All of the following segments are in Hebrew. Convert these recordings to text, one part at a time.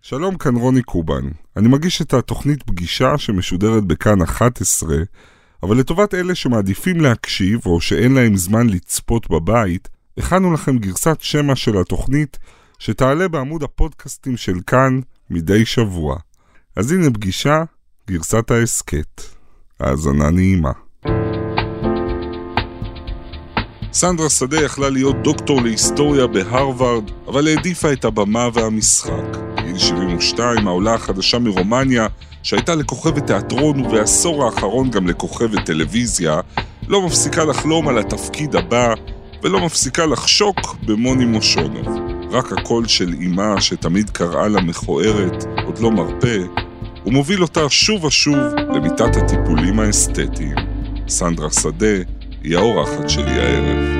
שלום, כאן רוני קובן. אני מגיש את התוכנית פגישה שמשודרת בכאן 11, אבל לטובת אלה שמעדיפים להקשיב או שאין להם זמן לצפות בבית, הכנו לכם גרסת שמע של התוכנית שתעלה בעמוד הפודקאסטים של כאן מדי שבוע. אז הנה פגישה, גרסת ההסקט. האזנה נעימה. סנדרה שדה יכלה להיות דוקטור להיסטוריה בהרווארד, אבל העדיפה את הבמה והמשחק. בגיל 72, העולה החדשה מרומניה, שהייתה לכוכבת תיאטרון ובעשור האחרון גם לכוכבת טלוויזיה, לא מפסיקה לחלום על התפקיד הבא, ולא מפסיקה לחשוק במוני מושונוב. רק הקול של אימה שתמיד קראה לה מכוערת, עוד לא מרפא, הוא מוביל אותה שוב ושוב למיטת הטיפולים האסתטיים. סנדרה שדה היא האורחת שלי הערב.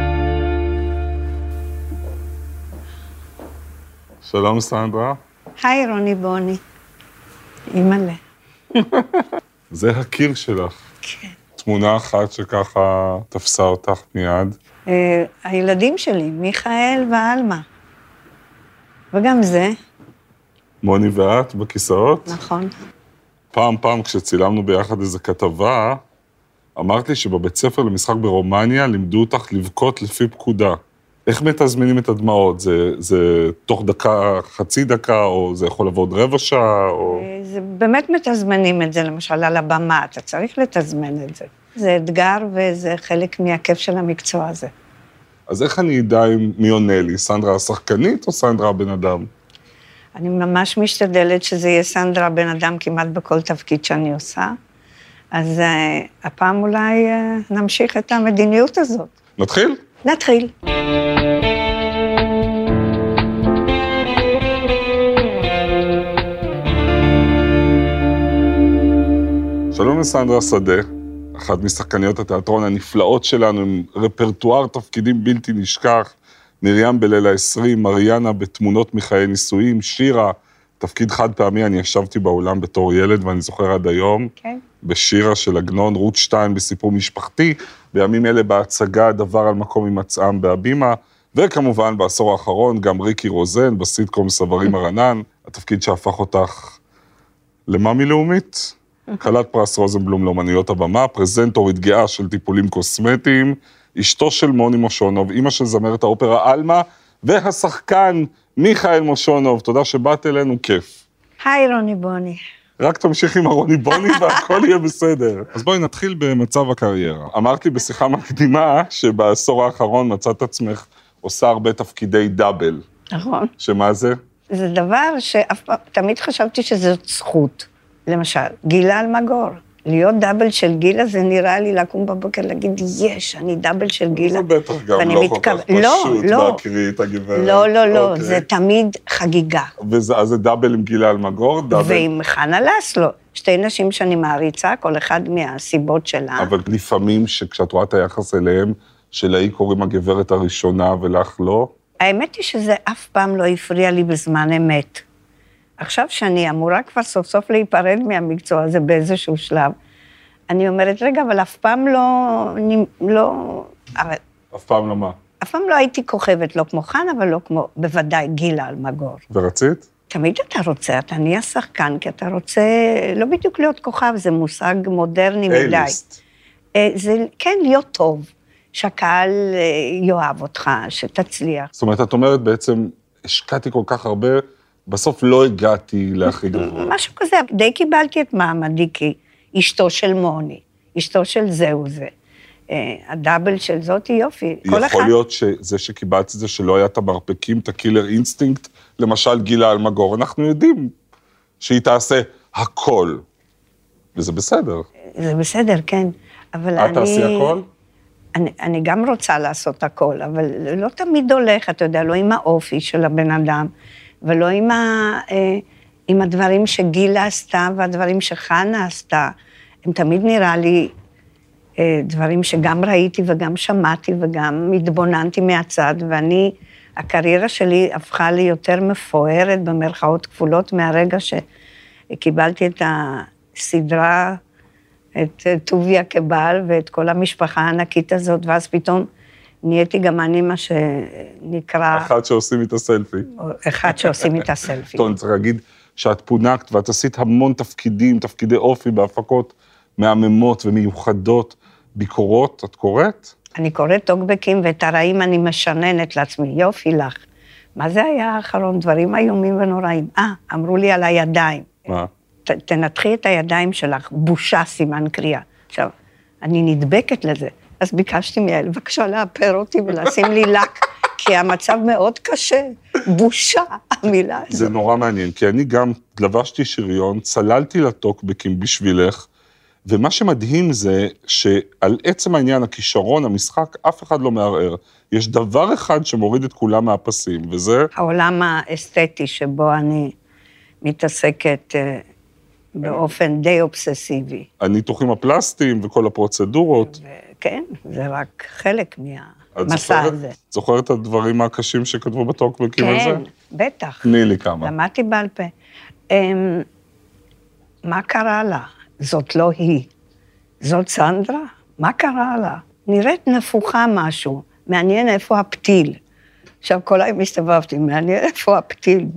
שלום סנדרה. היי רוני בוני. אימא'לה. זה הקיר שלך. כן. תמונה אחת שככה תפסה אותך מיד. הילדים שלי, מיכאל ואלמה. וגם זה. מוני ואת בכיסאות? נכון. פעם כשצילמנו ביחד איזו כתבה, אמרת לי שבבית ספר למשחק ברומניה לימדו אותך לבכות לפי פקודה. איך מתזמנים את הדמעות? זה תוך דקה, חצי דקה, או זה יכול לעבוד רבע שעה, או... זה באמת מתזמנים את זה, למשל על הבמה, אתה צריך לתזמן את זה. זה אתגר וזה חלק מהכיף של המקצוע הזה. אז איך אני אדע מי עונה לי? סנדרה השחקנית או סנדרה הבן אדם? אני ממש משתדלת שזה יהיה סנדרה הבן אדם כמעט בכל תפקיד שאני עושה. אז הפעם אולי נמשיך את המדיניות הזאת. נתחיל? נתחיל. שלום לסנדרה שדה, אחת משחקניות התיאטרון הנפלאות שלנו, עם רפרטואר תפקידים בלתי נשכח, מרים בליל ה-20, מריאנה בתמונות מחיי נישואים, שירה, תפקיד חד פעמי, אני ישבתי באולם בתור ילד, ואני זוכר עד היום, כן. בשירה של עגנון, רות שטיין בסיפור משפחתי, בימים אלה בהצגה דבר על מקום הימצאם בהבימה, וכמובן בעשור האחרון גם ריקי רוזן בסיטקום סברים הרנן, התפקיד שהפך אותך למאמי לאומית, קלת פרס רוזנבלום לאומניות הבמה, פרזנטורית גאה של טיפולים קוסמטיים, אשתו של מוני מושונוב, אמא של זמרת האופרה אלמה, והשחקן מיכאל מושונוב. תודה שבאת אלינו, כיף. היי רוני בוני. רק תמשיך עם הרוני בוני והכל יהיה בסדר. אז בואי נתחיל במצב הקריירה. אמרת לי בשיחה מקדימה שבעשור האחרון מצאת עצמך עושה הרבה תפקידי דאבל. נכון. שמה זה? זה דבר שתמיד חשבתי שזאת זכות. למשל, גילה אלמגור. להיות דאבל של גילה, זה נראה לי לקום בבוקר להגיד, אני דאבל של גילה. זה בטח גם לא כל כך פשוט להקריא את הגברת. לא, זה תמיד חגיגה. אז זה דאבל עם גילה אלמגור? ועם חנה לסלו. שתי נשים שאני מעריצה, כל אחד מהסיבות שלה. אבל לפעמים שכשאת רואה את היחס אליהם, שלהי קוראים הגברת הראשונה ולך לא? האמת היא שזה אף פעם לא הפריע לי בזמן אמת. עכשיו שאני אמורה כבר סוף סוף להיפרד מהמקצוע הזה באיזשהו שלב, אני אומרת, רגע, אבל אף פעם אף פעם לא מה? אף פעם לא הייתי כוכבת, לא כמו חנה, אבל לא כמו, בוודאי, גילה אלמגור. ורצית? תמיד אתה רוצה, אתה נהיה שחקן, כי אתה רוצה לא בדיוק להיות כוכב, זה מושג מודרני מדי. A-ליסט. זה, כן, להיות טוב, שהקהל יאהב אותך, שתצליח. זאת אומרת, את אומרת בעצם, השקעתי כל כך הרבה, בסוף לא הגעתי להכי גבוה. משהו כזה, די קיבלתי את מעמדי כאשתו של מוני, אשתו של זהו זה. הדאבל של זאת יופי. יכול להיות שזה שקיבלת את זה, שלא היה את המרפקים, את הקילר אינסטינקט, למשל גילה אלמגור, אנחנו יודעים שהיא תעשה הכל, וזה בסדר. זה בסדר, כן. את תעשי הכל? אני גם רוצה לעשות הכל, אבל לא תמיד הולך, אתה יודע, לא עם האופי של הבן אדם, ולא עם הדברים שגילה עשתה והדברים שחנה עשתה. הם תמיד נראה לי דברים שגם ראיתי וגם שמעתי וגם התבוננתי מהצד, הקריירה שלי הפכה לי יותר מפוארת במרכאות כפולות מהרגע שקיבלתי את הסדרה, את טוביה כבעל ואת כל המשפחה הענקית הזאת, ואז פתאום נהייתי גם אני מה שנקרא... אחד שעושים איתה סלפי. אחד שעושים איתה סלפי. טוב, אני צריך להגיד שאת פונקת ואת עשית המון תפקידים, תפקידי אופי בהפקות מהממות ומיוחדות, ביקורות, את קוראת? אני קוראת טוקבקים ואת הרעים אני משננת לעצמי, יופי לך. מה זה היה האחרון? דברים איומים ונוראים. אמרו לי על הידיים. מה? תנתחי את הידיים שלך, בושה, סימן קריאה. עכשיו, אני נדבקת לזה, אז ביקשתי מיעל, בבקשה לאפר אותי ולשים לי לק, כי המצב מאוד קשה, בושה, המילה הזאת. זה נורא מעניין, כי אני גם לבשתי שריון, צללתי לטוקבקים בשבילך, ומה שמדהים זה שעל עצם העניין, הכישרון, המשחק, אף אחד לא מערער. יש דבר אחד שמוריד את כולם מהפסים, וזה... העולם האסתטי שבו אני מתעסקת באופן די אובססיבי. הניתוחים הפלסטיים וכל הפרוצדורות. כן, זה רק חלק מהמסע הזה. את זוכרת את הדברים הקשים שכתבו בטוקבקים על זה? כן, בטח. תני לי כמה. למדתי בעל פה. מה קרה לה? זאת לא היא. זאת סנדרה? מה קרה לה? נראית נפוחה משהו. מעניין איפה הפתיל. עכשיו, כל היום הסתובבתי, מעניין איפה הפתיל.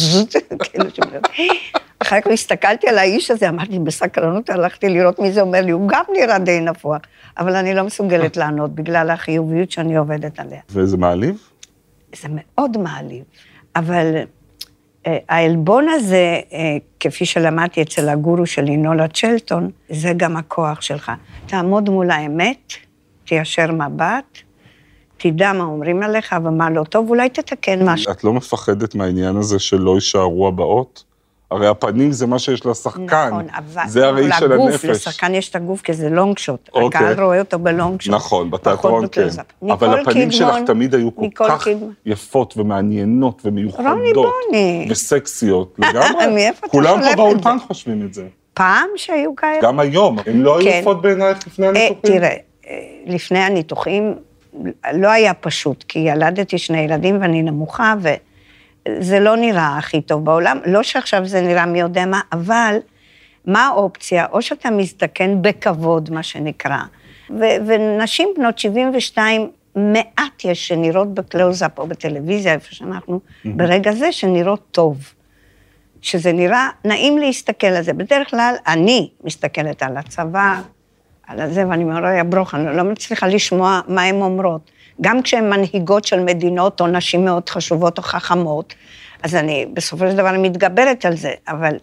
אחר כך הסתכלתי על האיש הזה, אמרתי, בסקרנות הלכתי לראות מי זה אומר לי, הוא גם נראה די נפוח, אבל אני לא מסוגלת לענות בגלל החיוביות שאני עובדת עליה. וזה מעליב? זה מאוד מעליב, אבל העלבון הזה, כפי שלמדתי אצל הגורו שלי, נולה צ'לטון, זה גם הכוח שלך. תעמוד מול האמת, תיישר מבט, תדע מה אומרים עליך ומה לא טוב, אולי תתקן משהו. את לא מפחדת מהעניין הזה שלא יישארו הבאות? הרי הפנים זה מה שיש לשחקן, נכון, אבל זה הראי של הנפש. לשחקן יש את הגוף, כי זה לונג שוט, הקהל רואה אותו בלונג שוט. נכון, בתיאטרון כן. אבל הפנים שלך תמיד היו כל כך יפות ומעניינות ומיוחדות, וסקסיות לגמרי. כולם פה באולפן חושבים את זה. פעם שהיו כאלה? גם היום, הם לא היו יפות בעינייך לפני הניתוחים? תראה, לפני הניתוחים לא היה פשוט, כי ילדתי 2 ילדים ואני נמוכה, זה לא נראה הכי טוב בעולם, לא שעכשיו זה נראה מי יודע מה, אבל מה האופציה? או שאתה מזדקן בכבוד, מה שנקרא, ונשים בנות 72, מעט יש שנראות בקלוזאפ או בטלוויזיה, איפה שאנחנו, ברגע זה שנראות טוב, שזה נראה נעים להסתכל על זה. בדרך כלל אני מסתכלת על הצבא, על זה, ואני אומר, יא ברוך, אני לא מצליחה לשמוע מה הן אומרות. גם כשהן מנהיגות של מדינות או נשים מאוד חשובות או חכמות, אז אני בסופו של דבר מתגברת על זה, אבל,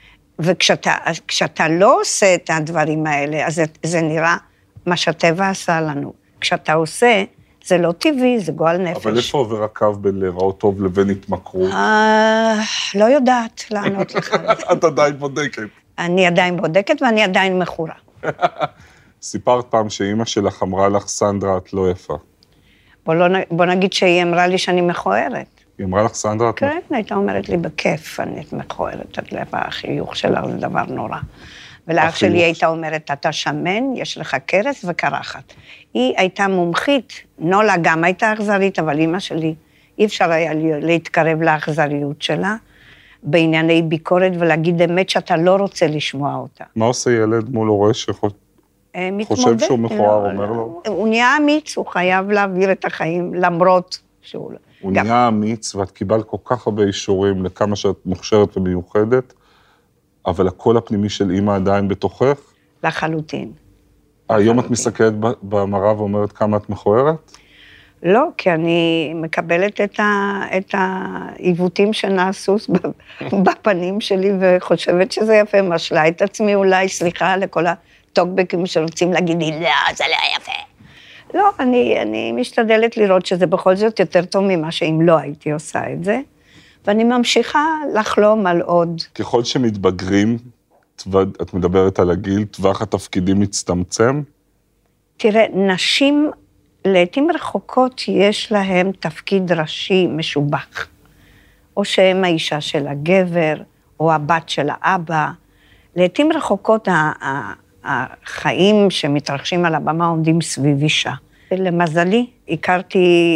וכשאתה לא עושה את הדברים האלה, אז זה נראה מה שהטבע עשה לנו. כשאתה עושה, זה לא טבעי, זה גועל נפש. אבל איפה עובר הקו בין להיראות טוב לבין התמכרות? לא יודעת לענות לך. את עדיין בודקת. אני עדיין בודקת ואני עדיין מכורה. סיפרת פעם שאימא שלך אמרה לך, סנדרה, את לא יפה. בוא נגיד שהיא אמרה לי שאני מכוערת. היא אמרה לך, סנדרה, את... כן, הייתה אומרת לי, בכיף, אני מכוערת, את לב, החיוך שלה זה דבר נורא. ולאח שלי הייתה אומרת, אתה שמן, יש לך קרס וקרחת. היא הייתה מומחית, נולה גם הייתה אכזרית, אבל אמא שלי, אי אפשר היה להתקרב לאכזריות שלה, בענייני ביקורת, ולהגיד אמת שאתה לא רוצה לשמוע אותה. מה עושה ילד מול הורה חושב שהוא מכוער, אומר לו? הוא נהיה אמיץ, הוא חייב להעביר את החיים, למרות שהוא... הוא נהיה אמיץ, ואת קיבלת כל כך הרבה אישורים לכמה שאת מוכשרת ומיוחדת, אבל הקול הפנימי של אמא עדיין בתוכך? לחלוטין. היום את מסתכלת במראה ואומרת כמה את מכוערת? לא, כי אני מקבלת את העיוותים שנעשו בפנים שלי, וחושבת שזה יפה, משלה את עצמי אולי, סליחה לכל הטוקבקים שרוצים להגיד לי, לא, זה לא יפה. לא, אני משתדלת לראות שזה בכל זאת יותר טוב ממה שאם לא הייתי עושה את זה, ואני ממשיכה לחלום על עוד. ככל שמתבגרים, את מדברת על הגיל, טווח התפקידים מצטמצם? תראה, נשים לעתים רחוקות יש להם תפקיד ראשי משובח, או שהם האישה של הגבר, או הבת של האבא. לעתים רחוקות החיים שמתרחשים על הבמה עומדים סביב אישה. למזלי, הכרתי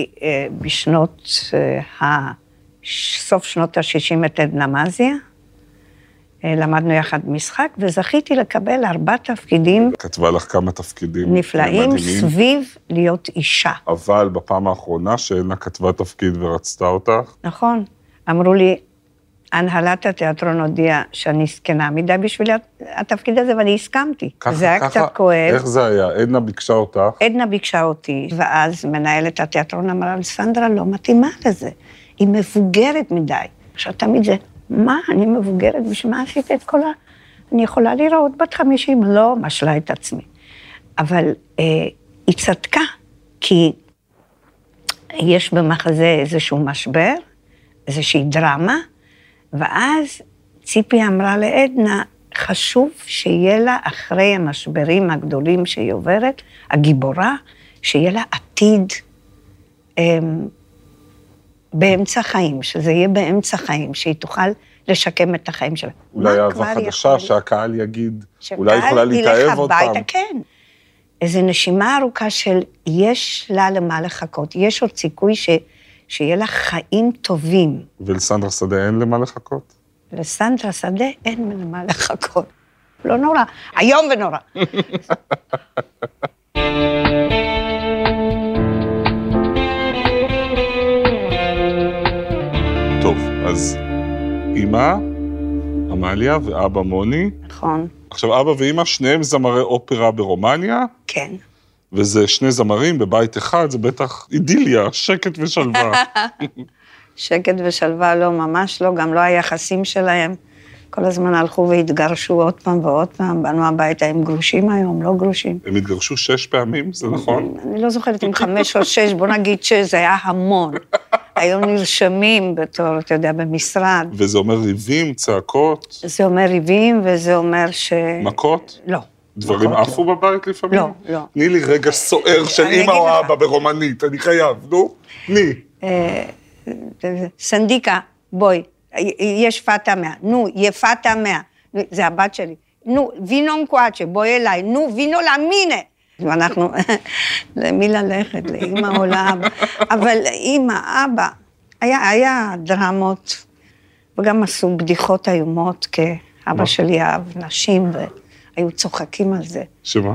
בסוף שנות ה-60 את עדנה מזיה, למדנו יחד משחק, וזכיתי לקבל 4 תפקידים כתבה לך כמה תפקידים נפלאים מדהימים. סביב להיות אישה. אבל בפעם האחרונה שאינה כתבה תפקיד ורצתה אותך, נכון. אמרו לי, הנהלת התיאטרון הודיעה שאני זקנה מדי בשביל התפקיד הזה, ואני הסכמתי. זה היה קצת כואב. איך זה היה? עדנה ביקשה אותך? עדנה ביקשה אותי, ואז מנהלת התיאטרון אמרה לי, סנדרה לא מתאימה לזה, היא מבוגרת מדי. עכשיו תמיד זה, מה, אני מבוגרת, בשביל מה עשית את כל אני יכולה לראות בת 50, לא משלה את עצמי. אבל היא צדקה, כי יש במחזה איזשהו משבר, איזושהי דרמה, ואז ציפי אמרה לעדנה, חשוב שיהיה לה אחרי המשברים הגדולים שהיא עוברת, הגיבורה, שיהיה לה עתיד באמצע חיים, שזה יהיה באמצע חיים, שהיא תוכל לשקם את החיים שלה. אולי אהבה חדשה שהקהל יגיד, אולי יכולה להתאהב עוד פעם. כן. איזו נשימה ארוכה של יש לה למה לחכות, יש עוד סיכוי שיהיה לה חיים טובים. ולסנדרה שדה אין למה לחכות? לסנדרה שדה אין למה לחכות. לא נורא, היום ונורא. טוב, אז אמא, עמליה ואבא מוני. נכון. עכשיו, אבא ואמא, שניהם זמרי אופרה ברומניה. כן. וזה 2 זמרים בבית אחד, זה בטח אידיליה, שקט ושלווה. שקט ושלווה לא, ממש לא, גם לא היחסים שלהם. כל הזמן הלכו והתגרשו עוד פעם ועוד פעם, באנו הביתה עם גרושים היום, לא גרושים. הם התגרשו 6 פעמים, זה נכון? אני לא זוכרת אם 5 או 6, בוא נגיד 6, זה היה המון. היום נרשמים בתור, אתה יודע, במשרד. וזה אומר ריבים, צעקות? זה אומר ריבים, וזה אומר מכות? לא. דברים עפו בבית לפעמים? לא, לא. תני לי רגע סוער של אמא או אבא ברומנית, אני חייב, נו, תני. סנדיקה, בואי, יש פאטה 100, נו, יפתה 100, זה הבת שלי, נו, וינון קואצ'ה, בואי אליי, נו, וינו למינה. ואנחנו, למי ללכת, לאמא או לאבא, אבל אמא, אבא, היה דרמות, וגם עשו בדיחות איומות, כי אבא שלי אהב נשים, והיו צוחקים על זה. שמה?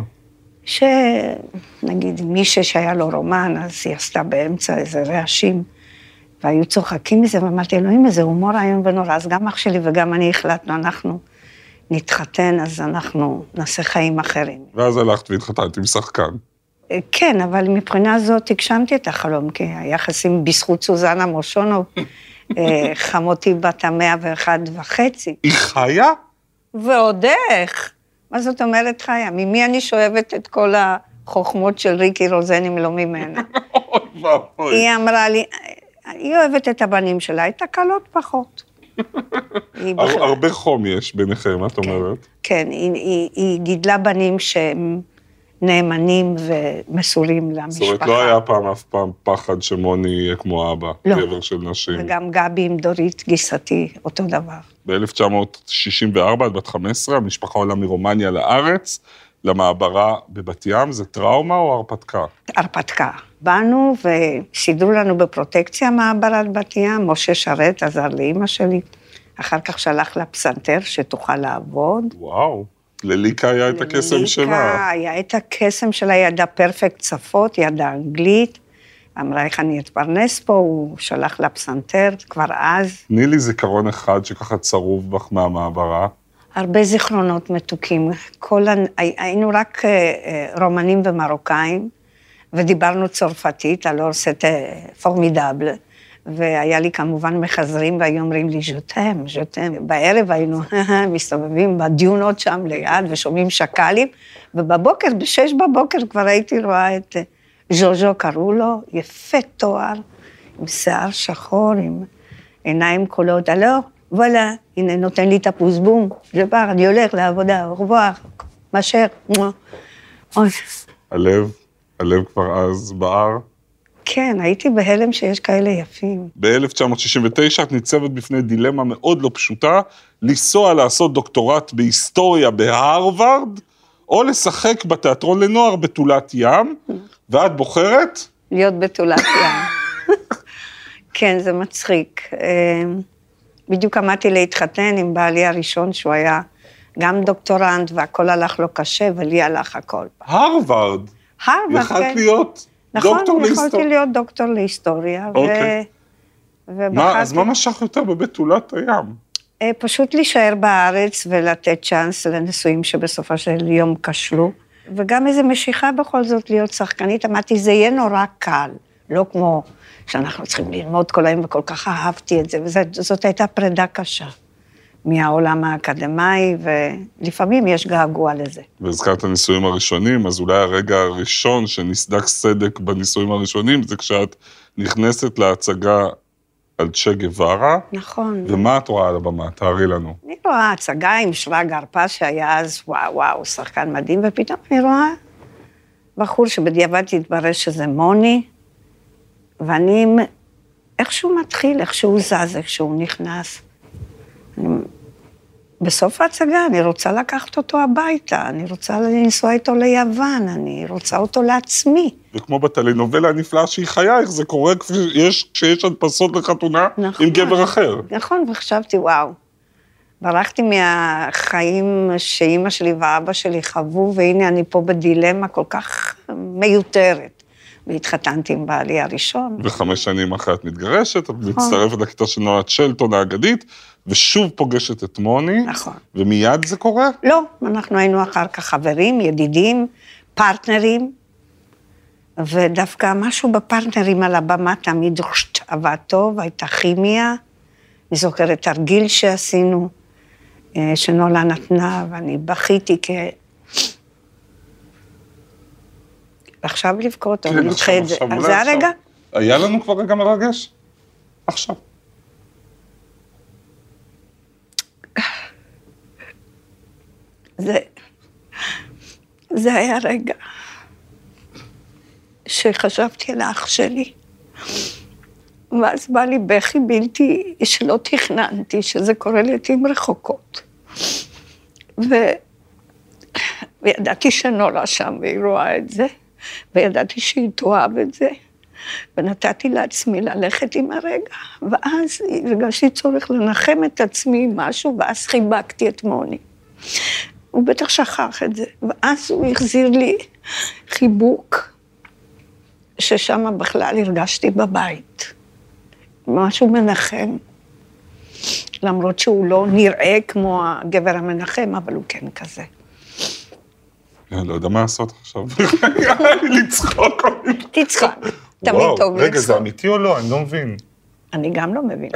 שנגיד, מישהו שהיה לו רומן, אז היא עשתה באמצע איזה רעשים, והיו צוחקים מזה, ואמרתי, אלוהים, איזה הומור איום ונורא, אז גם אח שלי וגם אני החלטנו, אנחנו נתחתן, אז אנחנו נעשה חיים אחרים. ואז הלכת והתחתנת עם שחקן. כן, אבל מבחינה זאת הגשמתי את החלום, כי היחסים בזכות סוזנה מושונוב, חמותי בת 101.5. היא חיה? ועוד איך. מה זאת אומרת חיה? ממי אני שואבת את כל החוכמות של ריקי רוזן אם לא ממנה? היא אמרה לי, היא אוהבת את הבנים שלה, את הקלות פחות. הרבה חום יש ביניכם, את אומרת? כן, היא גידלה בנים שהם נאמנים ומסורים למשפחה. זאת אומרת, לא היה אף פעם פחד שמוני יהיה כמו אבא, גבר של נשים. וגם גבי עם דורית גיסתי, אותו דבר. ב-1964, עד בת 15, המשפחה עולה מרומניה לארץ, למעברה בבת ים, זה טראומה או הרפתקה? הרפתקה. באנו וסידרו לנו בפרוטקציה מעברת בת ים, משה שרת עזר לאמא שלי, אחר כך שלח לה פסנתר שתוכל לעבוד. וואו, לליקה היה את הקסם שלה. לליקה היה את הקסם שלה, ידעה פרפקט צפות, ידעה אנגלית, אמרה איך אני אתפרנס פה, הוא שלח לה פסנתר כבר אז. תני לי זיכרון אחד שככה צרוב בך מהמעברה. הרבה זיכרונות מתוקים, היינו רק רומנים ומרוקאים, ודיברנו צרפתית, alors c'était formidable, והיה לי כמובן מחזרים, והיו אומרים לי, ז'וטם. בערב היינו מסתובבים בדיונות שם ליד, ושומעים שקלים, ובבוקר, ב6 בבוקר, כבר הייתי רואה את ז'וז'ו, קראו לו, יפה תואר, עם שיער שחור, עם עיניים קולות, וואלה, הנה נותן לי את הפוסבום, ז'בר, אני הולך לעבודה, au revoir, מאשר, אוי. הלב כבר אז בער? כן, הייתי בהלם שיש כאלה יפים. ב-1969 את ניצבת בפני דילמה מאוד לא פשוטה, לנסוע לעשות דוקטורט בהיסטוריה בהרווארד, או לשחק בתיאטרון לנוער בתולת ים, ואת בוחרת? להיות בתולת ים. כן, זה מצחיק. בדיוק עמדתי להתחתן עם בעלי הראשון, שהוא היה גם דוקטורנט, והכל הלך לו קשה, ולי הלך הכל. הרווארד. הרווארד, כן. יכלת להיות דוקטור להיסטוריה. נכון, יכולתי להיות דוקטור להיסטוריה. אוקיי. אז מה משך יותר בבתולת הים? פשוט להישאר בארץ ולתת צ'אנס לניסויים שבסופו של יום כשלו, וגם איזו משיכה בכל זאת להיות שחקנית. אמרתי, זה יהיה נורא קל, לא כמו שאנחנו צריכים ללמוד כל היום, וכל כך אהבתי את זה, וזאת הייתה פרידה קשה מהעולם האקדמי, ולפעמים יש געגוע לזה. והזכרת הניסויים הראשונים, אז אולי הרגע הראשון שנסדק סדק בניסויים הראשונים, זה כשאת נכנסת להצגה על צ'ה גווארה. נכון. ומה את רואה על הבמה? תארי לנו. אני רואה הצגה עם שרגא הרפז, שהיה אז, וואו, שחקן מדהים, ופתאום אני רואה בחור שבדיעבד התברר שזה מוני, ואני, איכשהו מתחיל, איכשהו זז, איכשהו נכנס. בסוף ההצגה אני רוצה לקחת אותו הביתה, אני רוצה לנסוע איתו ליוון, אני רוצה אותו לעצמי. וכמו בטלנובלה הנפלאה שהיא חיה, איך זה קורה כשיש הדפסות לחתונה נכון, עם גבר אחר. נכון, וחשבתי, וואו, ברחתי מהחיים שאימא שלי ואבא שלי חוו, והנה אני פה בדילמה כל כך מיותרת. והתחתנתי עם בעלי הראשון. ו5 שנים אחרי את מתגרשת, את מצטרפת לכיתה של נועה צ'לטון האגדית, ושוב פוגשת את מוני. נכון. ומיד זה קורה? לא, אנחנו היינו אחר כך חברים, ידידים, פרטנרים, ודווקא משהו בפרטנרים על הבמה תמיד עבד טוב, הייתה כימיה, אני זוכרת תרגיל שעשינו, שנולה נתנה, ואני בכיתי עכשיו לבכות, אני נדחה את זה. אז זה הרגע? היה לנו כבר רגע מרגש? עכשיו. זה היה רגע שחשבתי על האח שלי, ואז בא לי בכי בלתי שלא תכננתי, שזה קורה לעתים רחוקות. וידעתי שנולה שם והיא רואה את זה, וידעתי שהיא תאהב את זה, ונתתי לעצמי ללכת עם הרגע, ואז הרגשתי צורך לנחם את עצמי עם משהו, ואז חיבקתי את מוני. הוא בטח שכח את זה, ואז הוא החזיר לי חיבוק, ששם בכלל הרגשתי בבית. משהו מנחם, למרות שהוא לא נראה כמו הגבר המנחם, אבל הוא כן כזה. לא יודע מה לעשות עכשיו. לצחוק. תצחק, תמיד טוב לצחוק. רגע, זה אמיתי או לא? אני לא מבין. אני גם לא מבינה.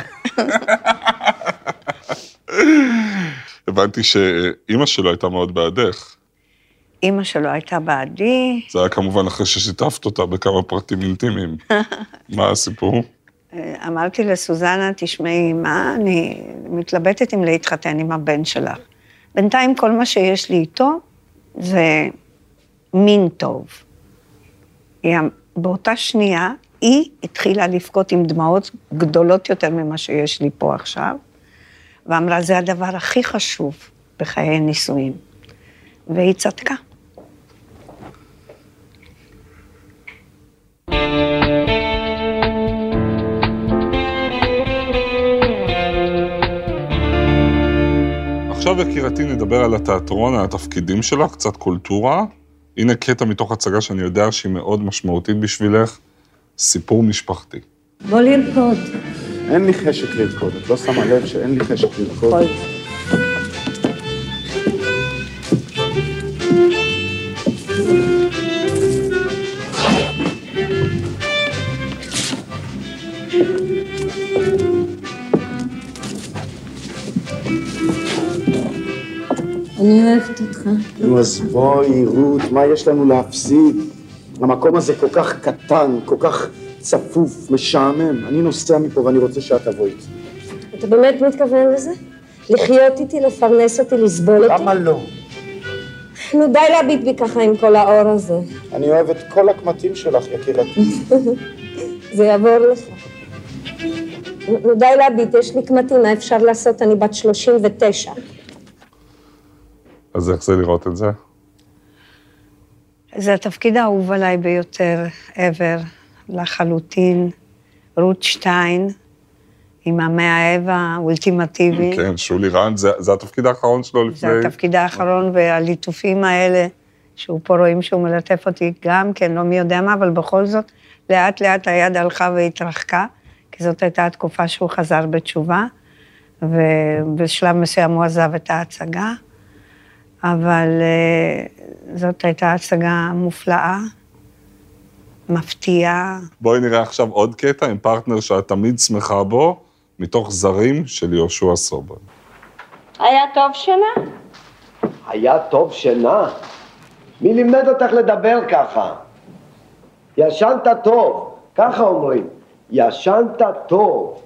הבנתי שאימא שלו הייתה מאוד בעדך. אימא שלו הייתה בעדי. זה היה כמובן אחרי ששיתפת אותה בכמה פרטים אינטימיים. מה הסיפור? אמרתי לסוזנה, תשמעי, מה אני מתלבטת אם להתחתן עם הבן שלך. בינתיים כל מה שיש לי איתו זה מין טוב. באותה שנייה היא התחילה לבכות עם דמעות גדולות יותר ממה שיש לי פה עכשיו, ואמרה, זה הדבר הכי חשוב בחיי נישואים. והיא צדקה. עכשיו, יקירתי, נדבר על התיאטרון, על התפקידים שלך, קצת קולטורה. הנה קטע מתוך הצגה שאני יודע שהיא מאוד משמעותית בשבילך, סיפור משפחתי. בוא לרקוד. אין לי חשק לרקוד, את לא שמה לב שאין לי חשק לרקוד. אני אוהבת אותך. נו, אז בואי, רות, מה יש לנו להפסיד? המקום הזה כל כך קטן, כל כך צפוף, משעמם. אני נוסע מפה ואני רוצה שאת תבואי. אתה באמת מתכוון לזה? לחיות איתי, לפרנס אותי, לסבול אותי? למה לא? נו, די להביט בי ככה עם כל האור הזה. אני אוהב את כל הקמטים שלך, יקירתי. זה יעבור לך. נו, די להביט, יש לי קמטים, מה אפשר לעשות? אני בת 39. אז איך זה לראות את זה? זה התפקיד האהוב עליי ביותר, ever, לחלוטין. רות שטיין, עם המאהב האולטימטיבי. כן, שולי רנד, זה התפקיד האחרון שלו לפני... זה התפקיד האחרון, והליטופים האלה, שהוא פה רואים שהוא מלטף אותי גם כן, לא מי יודע מה, אבל בכל זאת, לאט לאט היד הלכה והתרחקה, כי זאת הייתה התקופה שהוא חזר בתשובה, ובשלב מסוים הוא עזב את ההצגה, אבל זאת הייתה הצגה מופלאה, מפתיעה. בואי נראה עכשיו עוד קטע עם פרטנר שאת תמיד שמחה בו, מתוך זרים של יהושע סובול. היה טוב שינה? היה טוב שינה? מי לימד אותך לדבר ככה? ישנת טוב, ככה אומרים. ישנת טוב.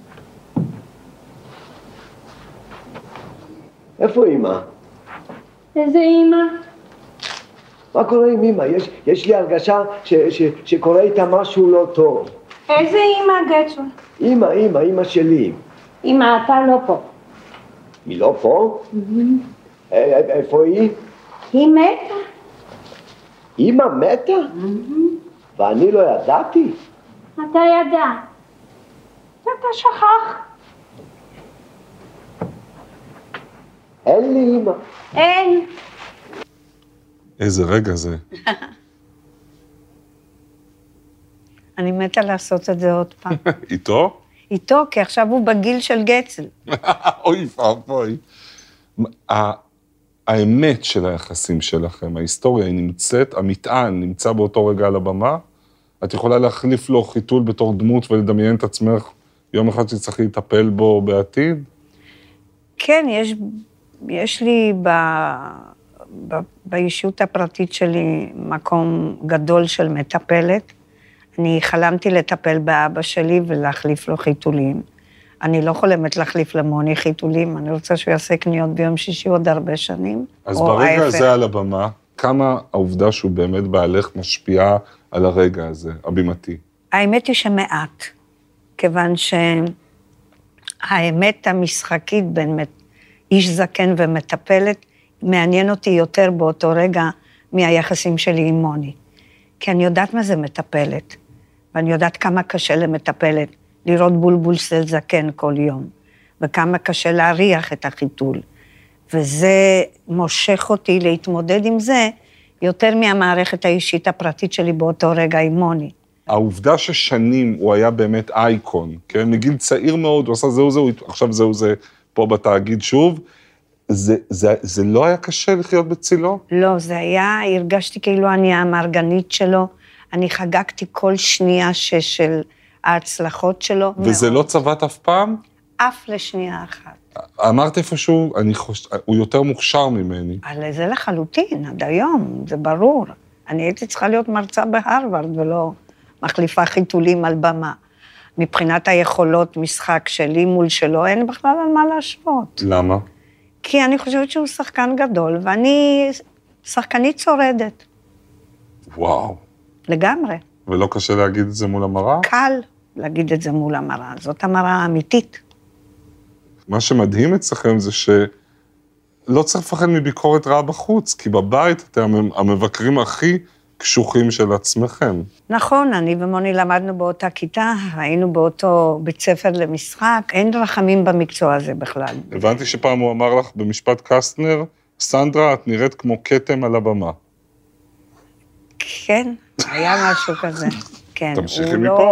איפה אמא? איזה אמא? מה קורה עם אמא? יש לי הרגשה שקורה איתה משהו לא טוב. איזה אמא, גצ'ון? אמא שלי. אמא, אתה לא פה. היא לא פה? איפה היא? היא מתה. אמא מתה? ואני לא ידעתי? אתה ידע. אתה שכח. אין לי אמא. אין. איזה רגע זה. אני מתה לעשות את זה עוד פעם. איתו? איתו, כי עכשיו הוא בגיל של גצל. אוי ואבוי. האמת של היחסים שלכם, ההיסטוריה היא נמצאת, המטען נמצא באותו רגע על הבמה, את יכולה להחליף לו חיתול בתור דמות ולדמיין את עצמך יום אחד שצריך לטפל בו בעתיד? כן, יש לי באישיות הפרטית שלי מקום גדול של מטפלת. אני חלמתי לטפל באבא שלי ולהחליף לו חיתולים. אני לא חולמת להחליף למוני חיתולים, אני רוצה שהוא יעשה קניות ביום שישי עוד הרבה שנים. אז ברגע הזה על הבמה, כמה העובדה שהוא באמת בעלך משפיעה על הרגע הזה, הבימתי? האמת היא שמעט, כיוון שהאמת המשחקית בין איש זקן ומטפלת, מעניין אותי יותר באותו רגע מהיחסים שלי עם מוני. כי אני יודעת מה זה מטפלת, ואני יודעת כמה קשה למטפלת לראות בולבול של זקן כל יום, וכמה קשה להריח את החיתול. וזה מושך אותי להתמודד עם זה יותר מהמערכת האישית הפרטית שלי באותו רגע עם מוני. העובדה ששנים הוא היה באמת אייקון, כן? מגיל צעיר מאוד, הוא עשה זהו, עכשיו זהו, פה בתאגיד שוב, זה לא היה קשה לחיות בצילו? לא, זה היה, הרגשתי כאילו אני המארגנית שלו, אני חגגתי כל שנייה של ההצלחות שלו. וזה מאוד. לא צבט אף פעם? אף לשנייה אחת. אמרת איפשהו, הוא יותר מוכשר ממני. על זה לחלוטין, עד היום, זה ברור. אני הייתי צריכה להיות מרצה בהרווארד ולא מחליפה חיתולים על במה. מבחינת היכולות משחק שלי מול שלו, אין בכלל על מה להשוות. למה? כי אני חושבת שהוא שחקן גדול, ואני שחקנית שורדת. וואו. לגמרי. ולא קשה להגיד את זה מול המראה? קל להגיד את זה מול המראה, זאת המראה האמיתית. מה שמדהים אצלכם זה שלא צריך לפחד מביקורת רעה בחוץ, כי בבית אתם המבקרים הכי קשוחים של עצמכם. נכון, אני ומוני למדנו באותה כיתה, היינו באותו בית ספר למשחק, אין רחמים במקצוע הזה בכלל. הבנתי שפעם הוא אמר לך במשפט קסטנר, סנדרה, את נראית כמו כתם על הבמה. כן, היה משהו כזה. כן. תמשיכי מפה.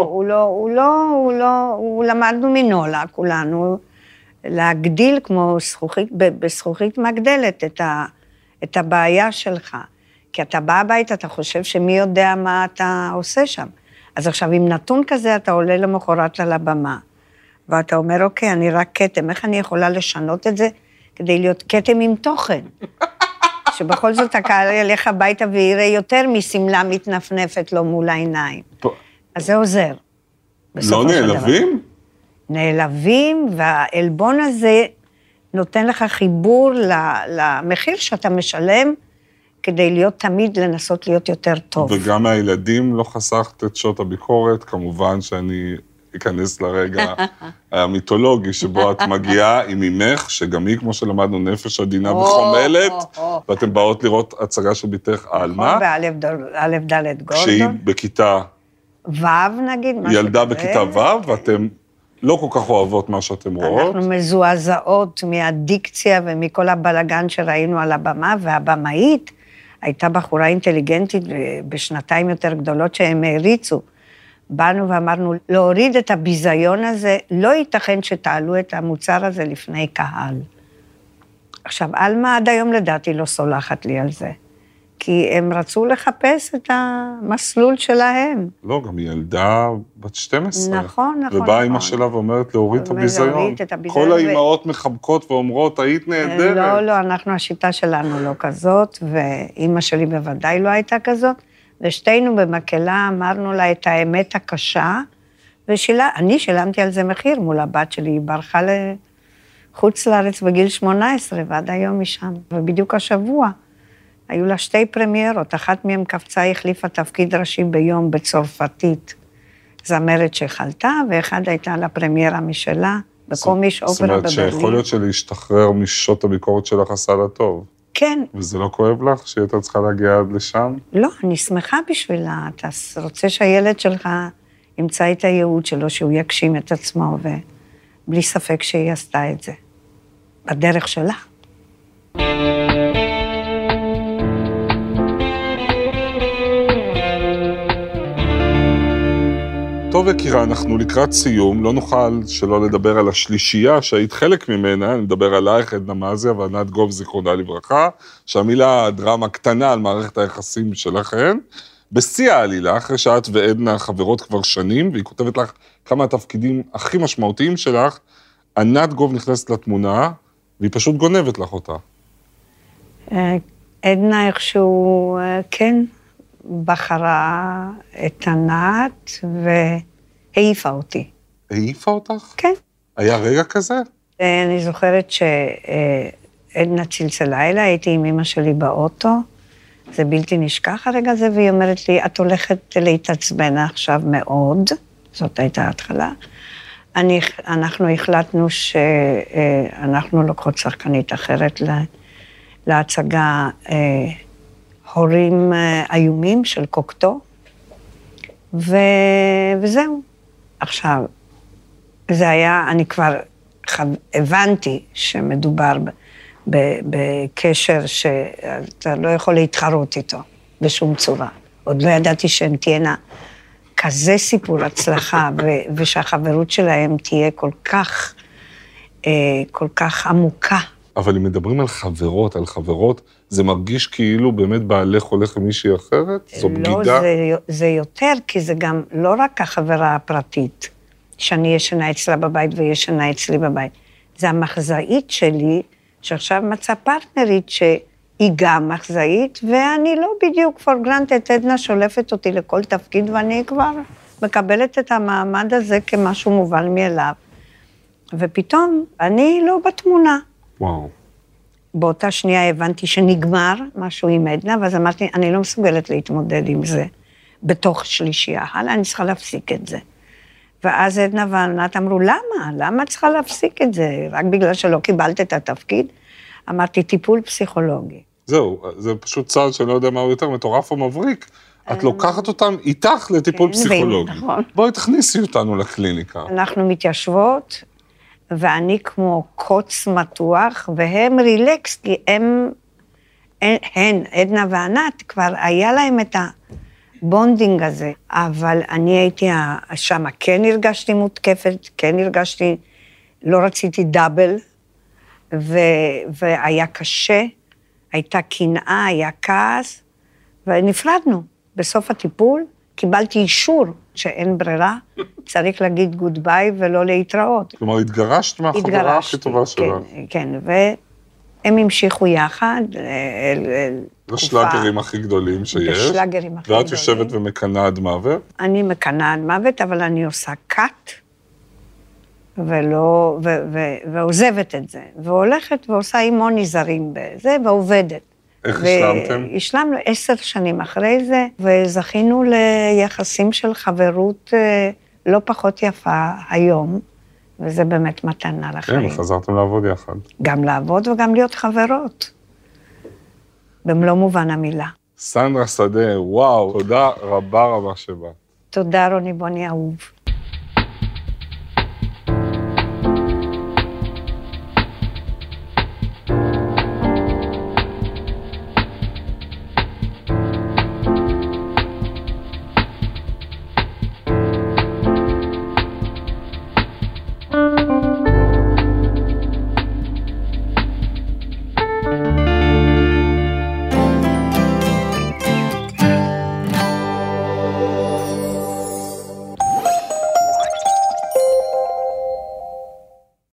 הוא למדנו מנולה, כולנו, להגדיל כמו בזכוכית מגדלת את הבעיה שלך. כי אתה בא הביתה, אתה חושב שמי יודע מה אתה עושה שם. אז עכשיו, עם נתון כזה, אתה עולה למחרת על הבמה, ואתה אומר, אוקיי, אני רק כתם, איך אני יכולה לשנות את זה כדי להיות כתם עם תוכן? שבכל זאת הקהל ילך הביתה ויראה יותר מסמלה מתנפנפת לו מול העיניים. אז זה עוזר. לא נעלבים? נעלבים, והעלבון הזה נותן לך חיבור למחיר שאתה משלם, כדי להיות תמיד לנסות להיות יותר טוב. וגם מהילדים לא חסכת את שעות הביקורת, כמובן שאני אכנס לרגע המיתולוגי, שבו את מגיעה עם אמך, שגם היא, כמו שלמדנו, נפש עדינה וחומלת, ואתם באות לראות הצגה של ביתך עלמה. בא' ד' גורדון. כשהיא בכיתה... ו' נגיד, משהו כזה. ילדה בכיתה ו', ואתם לא כל כך אוהבות מה שאתם רואות. אנחנו מזועזעות מהדיקציה ומכל הבלגן שראינו על הבמה, והבמאית הייתה בחורה אינטליגנטית בשנתיים יותר גדולות שהם העריצו. באנו ואמרנו, להוריד את הביזיון הזה, לא ייתכן שתעלו את המוצר הזה לפני קהל. עכשיו, אלמה עד היום לדעתי לא סולחת לי על זה. כי הם רצו לחפש את המסלול שלהם. לא, גם היא ילדה בת 12. נכון. ובאה אמא שלה ואומרת להוריד את הביזיון. כל האמהות מחבקות ואומרות, היית נהדרת. לא, אנחנו, השיטה שלנו לא כזאת, ואמא שלי בוודאי לא הייתה כזאת, ושתינו במקהלה אמרנו לה את האמת הקשה, ואני שילמתי על זה מחיר מול הבת שלי, היא ברחה לחוץ לארץ בגיל 18, ועד היום היא שם, ובדיוק השבוע. היו לה 2 פרמיירות, אחת מהן קפצה, החליפה תפקיד ראשי ביום בצרפתית, זמרת שחלתה, ואחד הייתה לה פרמיירה משלה, בקומיש אופרה בברלין. זאת אומרת שיכול להיות שלהשתחרר משעות הביקורת שלך עשה לה טוב. כן. וזה לא כואב לך שהיא הייתה צריכה להגיע עד לשם? לא, אני שמחה בשבילה, אתה רוצה שהילד שלך ימצא את הייעוד שלו, שהוא יגשים את עצמו, ובלי ספק שהיא עשתה את זה, בדרך שלה. טוב, יקירה, אנחנו לקראת סיום, לא נוכל שלא לדבר על השלישייה שהיית חלק ממנה, אני מדבר עלייך, עדנה מזיה וענת גוב, זיכרונה לברכה, שהמילה דרמה קטנה על מערכת היחסים שלכן, בשיא העלילה, אחרי שאת ועדנה חברות כבר שנים, והיא כותבת לך כמה התפקידים הכי משמעותיים שלך, ענת גוב נכנסת לתמונה, והיא פשוט גונבת לך אותה. עדנה איכשהו, כן, בחרה את ענת והעיפה אותי. העיפה אותך? כן. היה רגע כזה? אני זוכרת שעדנה צלצלה אליי, הייתי עם אמא שלי באוטו, זה בלתי נשכח הרגע הזה, והיא אומרת לי, את הולכת להתעצבן עכשיו מאוד, זאת הייתה ההתחלה. אנחנו החלטנו שאנחנו לוקחות שחקנית אחרת להצגה הורים איומים של קוקטו, וזהו. עכשיו, זה היה, אני כבר הבנתי שמדובר בקשר שאתה לא יכול להתחרות איתו בשום צורה. עוד לא ידעתי שהן תהיינה כזה סיפור הצלחה, ושהחברות שלהם תהיה כל כך עמוקה. אבל אם מדברים על חברות, זה מרגיש כאילו באמת בעלך הולך עם מישהי אחרת? זו בגידה? לא, זה יותר, כי זה גם לא רק החברה הפרטית, שאני ישנה אצלה בבית וישנה אצלי בבית. זה המחזאית שלי, שעכשיו מצאה פרטנרית שהיא גם מחזאית, ואני לא בדיוק for granted, עדנה שולפת אותי לכל תפקיד, ואני כבר מקבלת את המעמד הזה כמשהו מובן מאליו. ופתאום אני לא בתמונה. וואו. באותה שנייה הבנתי שנגמר משהו עם עדנה, ואז אמרתי, אני לא מסוגלת להתמודד עם זה בתוך שלישייה, הלאה, אני צריכה להפסיק את זה. ואז עדנה וענת אמרו, למה? למה צריכה להפסיק את זה? רק בגלל שלא קיבלת את התפקיד? אמרתי, טיפול פסיכולוגי. זהו, זה פשוט צעד שאני לא יודע מה הוא יותר מטורף או מבריק. את לוקחת אותם איתך לטיפול פסיכולוגי. נכון. בואי תכניסי אותנו לקליניקה. אנחנו מתיישבות, ואני כמו קוץ מתוח, והם רילקס, כי הן, עדנה וענת, כבר היה להם את הבונדינג הזה, אבל אני הייתי שם, כן הרגשתי מותקפת, כן הרגשתי, לא רציתי דאבל, והיה קשה, הייתה קנאה, היה כעס, ונפרדנו. בסוף הטיפול קיבלתי אישור שאין ברירה, צריך להגיד גוד ביי ולא להתראות. כלומר, התגרשת מהחברה הכי טובה שלה. כן, והם המשיכו יחד. לשלאגרים הכי גדולים שיש. לשלאגרים הכי גדולים. ואת יושבת ומקנה עד מוות? אני מקנה עד מוות, אבל אני עושה קאט, ועוזבת את זה, והולכת ועושה אימון זרים בזה, ועובדת. איך השלמתם? השלמנו 10 שנים אחרי זה, וזכינו ליחסים של חברות לא פחות יפה היום, וזה באמת מתנה לחיים. כן, חזרתם לעבוד יחד. גם לעבוד וגם להיות חברות, במלוא מובן המילה. סנדרה שדה, וואו, תודה רבה שבאת. תודה רוני בוני אהוב.